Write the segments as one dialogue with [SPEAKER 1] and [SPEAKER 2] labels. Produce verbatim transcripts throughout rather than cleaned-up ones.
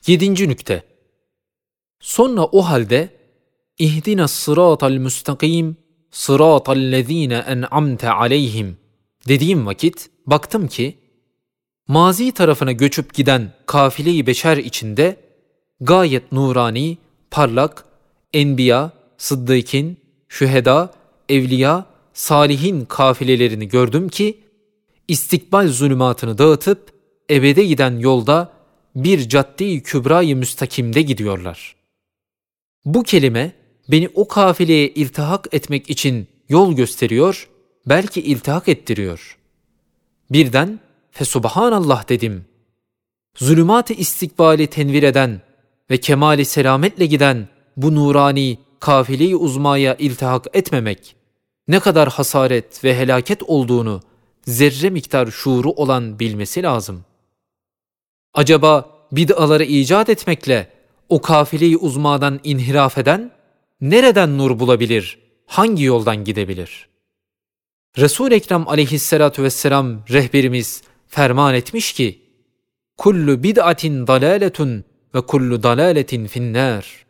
[SPEAKER 1] Yedinci nükte. Sonra o halde İhdina sıratal müstakim sıratal lezine en'amte aleyhim dediğim vakit baktım ki mazi tarafına göçüp giden kafile-i beşer içinde gayet nurani, parlak, enbiya, sıddıkîn, şüheda, evliya, salihin kafilelerini gördüm ki istikbal zulümatını dağıtıp ebede giden yolda bir cadde-i kübra-i müstakimde gidiyorlar. Bu kelime beni o kafileye iltihak etmek için yol gösteriyor, belki iltihak ettiriyor. Birden fesubhanallah dedim. Zulümat-ı istikbali tenvir eden ve kemali selametle giden bu nurani kafile-i uzmaya iltihak etmemek ne kadar hasaret ve helaket olduğunu zerre miktar şuuru olan bilmesi lazım. Acaba bid'aları icat etmekle o kafile-i uzmadan inhiraf eden nereden nur bulabilir, hangi yoldan gidebilir? Resul-i Ekrem aleyhissalatu vesselam rehberimiz ferman etmiş ki kullu bid'atin dalaletun ve kullu dalaletin finnâr.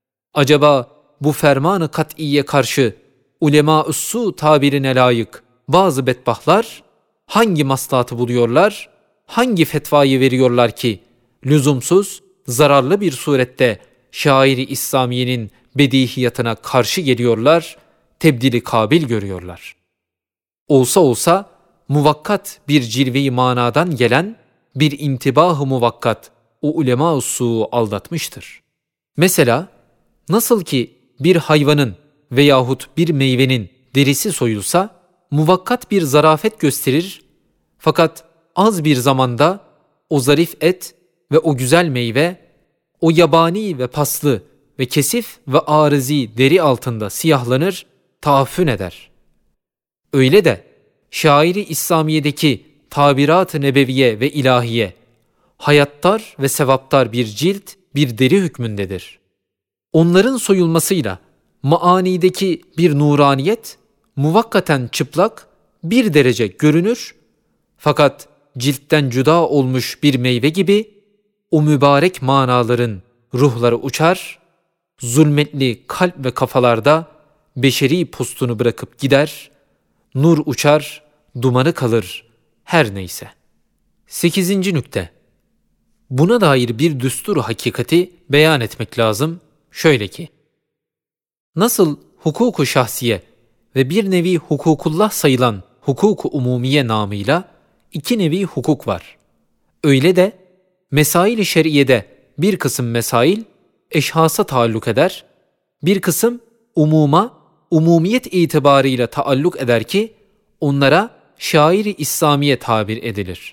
[SPEAKER 1] Acaba bu ferman-ı kat'iye karşı ulema-ı su tabirine layık bazı bedbahtlar hangi maslahatı buluyorlar, hangi fetvayı veriyorlar ki lüzumsuz, zararlı bir surette şairi İslamiye'nin bedihiyatına karşı geliyorlar, tebdili kabil görüyorlar. Olsa olsa muvakkat bir cilve-i manadan gelen bir intibah-ı muvakkat o ulema-ı su'u aldatmıştır. Mesela nasıl ki bir hayvanın veyahut bir meyvenin derisi soyulsa muvakkat bir zarafet gösterir, fakat az bir zamanda o zarif et ve o güzel meyve, o yabani ve paslı ve kesif ve arızi deri altında siyahlanır, taaffün eder. Öyle de şairi İslamiye'deki tabirat-ı nebeviye ve ilahiye, hayattar ve sevaptar bir cilt, bir deri hükmündedir. Onların soyulmasıyla maanideki bir nuraniyet, muvakkaten çıplak bir derece görünür, fakat ciltten cüda olmuş bir meyve gibi o mübarek manaların ruhları uçar, zulmetli kalp ve kafalarda beşeri postunu bırakıp gider, nur uçar, dumanı kalır, her neyse. Sekizinci nükte. Buna dair bir düstur hakikati beyan etmek lazım, şöyle ki, nasıl hukuku şahsiye ve bir nevi hukukullah sayılan hukuku umumiye namıyla iki nevi hukuk var. Öyle de mesail-i şer'iyede bir kısım mesail eşhasa taalluk eder, bir kısım umuma, umumiyet itibarıyla taalluk eder ki onlara şairi İslamiye tabir edilir.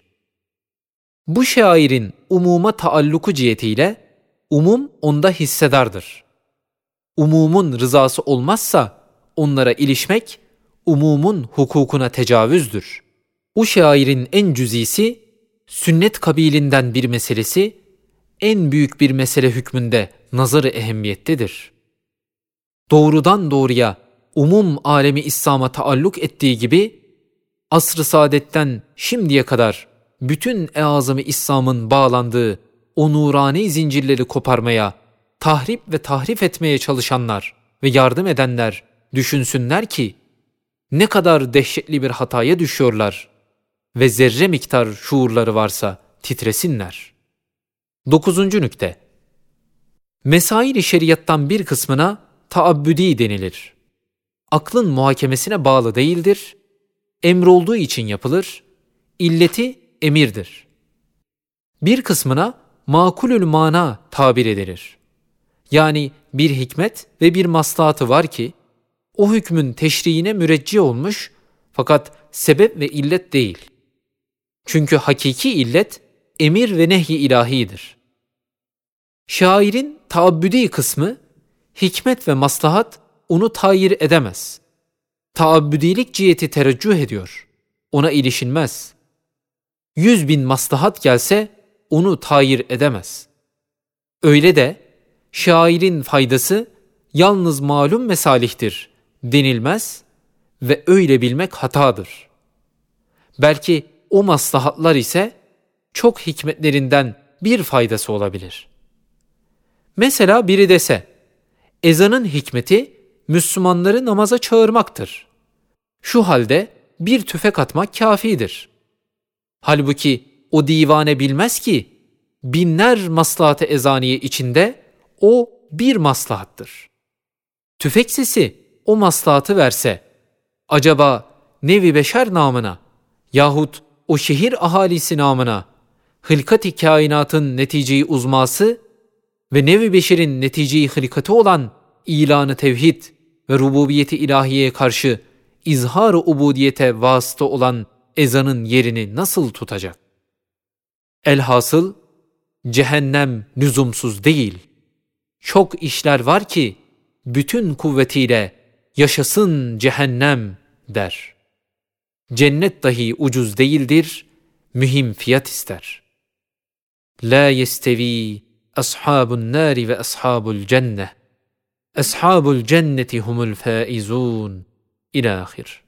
[SPEAKER 1] Bu şairin umuma taalluku cihetiyle umum onda hissedardır. Umumun rızası olmazsa onlara ilişmek umumun hukukuna tecavüzdür. O şairin en cüzisi sünnet kabilinden bir meselesi en büyük bir mesele hükmünde nazarı ehemmiyettedir. Doğrudan doğruya umum alemi İslam'a taalluk ettiği gibi asr-ı saadetten şimdiye kadar bütün eazım-ı İslam'ın bağlandığı o nurani zincirleri koparmaya, tahrip ve tahrif etmeye çalışanlar ve yardım edenler düşünsünler ki ne kadar dehşetli bir hataya düşüyorlar ve zerre miktar şuurları varsa titresinler. Dokuzuncu nükte. Mesail-i şeriattan bir kısmına taabbüdi denilir. Aklın muhakemesine bağlı değildir, emrolduğu için yapılır, illeti emirdir. Bir kısmına makulül mana tabir edilir. Yani bir hikmet ve bir maslahatı var ki, o hükmün teşriğine müreccih olmuş fakat sebep ve illet değil. Çünkü hakiki illet emir ve nehy-i ilahidir. Şairin taabbüdi kısmı, hikmet ve maslahat onu tayir edemez. Taabbüdilik ciheti tereccüh ediyor, ona ilişilmez. Yüz bin maslahat gelse onu tayir edemez. Öyle de şairin faydası yalnız malum mesalihtir denilmez ve öyle bilmek hatadır. Belki o maslahatlar ise çok hikmetlerinden bir faydası olabilir. Mesela biri dese, ezanın hikmeti Müslümanları namaza çağırmaktır. Şu halde bir tüfek atmak kafidir. Halbuki o divane bilmez ki, binler maslahat-ı ezaniye içinde o bir maslahattır. Tüfek sesi o maslahatı verse, acaba nevi beşer namına yahut o şehir ahalisi namına hılkat-ı kainatın neticeyi uzması ve nevi beşerin neticeyi hılkatı olan ilanı tevhid ve rububiyeti ilahiyeye karşı izhar-ı ubudiyete vasıta olan ezanın yerini nasıl tutacak? Elhasıl cehennem lüzumsuz değil. Çok işler var ki bütün kuvvetiyle yaşasın cehennem der. Cennet dahi ucuz değildir, mühim fiyat ister. La yestevi ashabun nari ve ashabul cenneh. Ashabul cenneti humul faizun. İlâ ahir.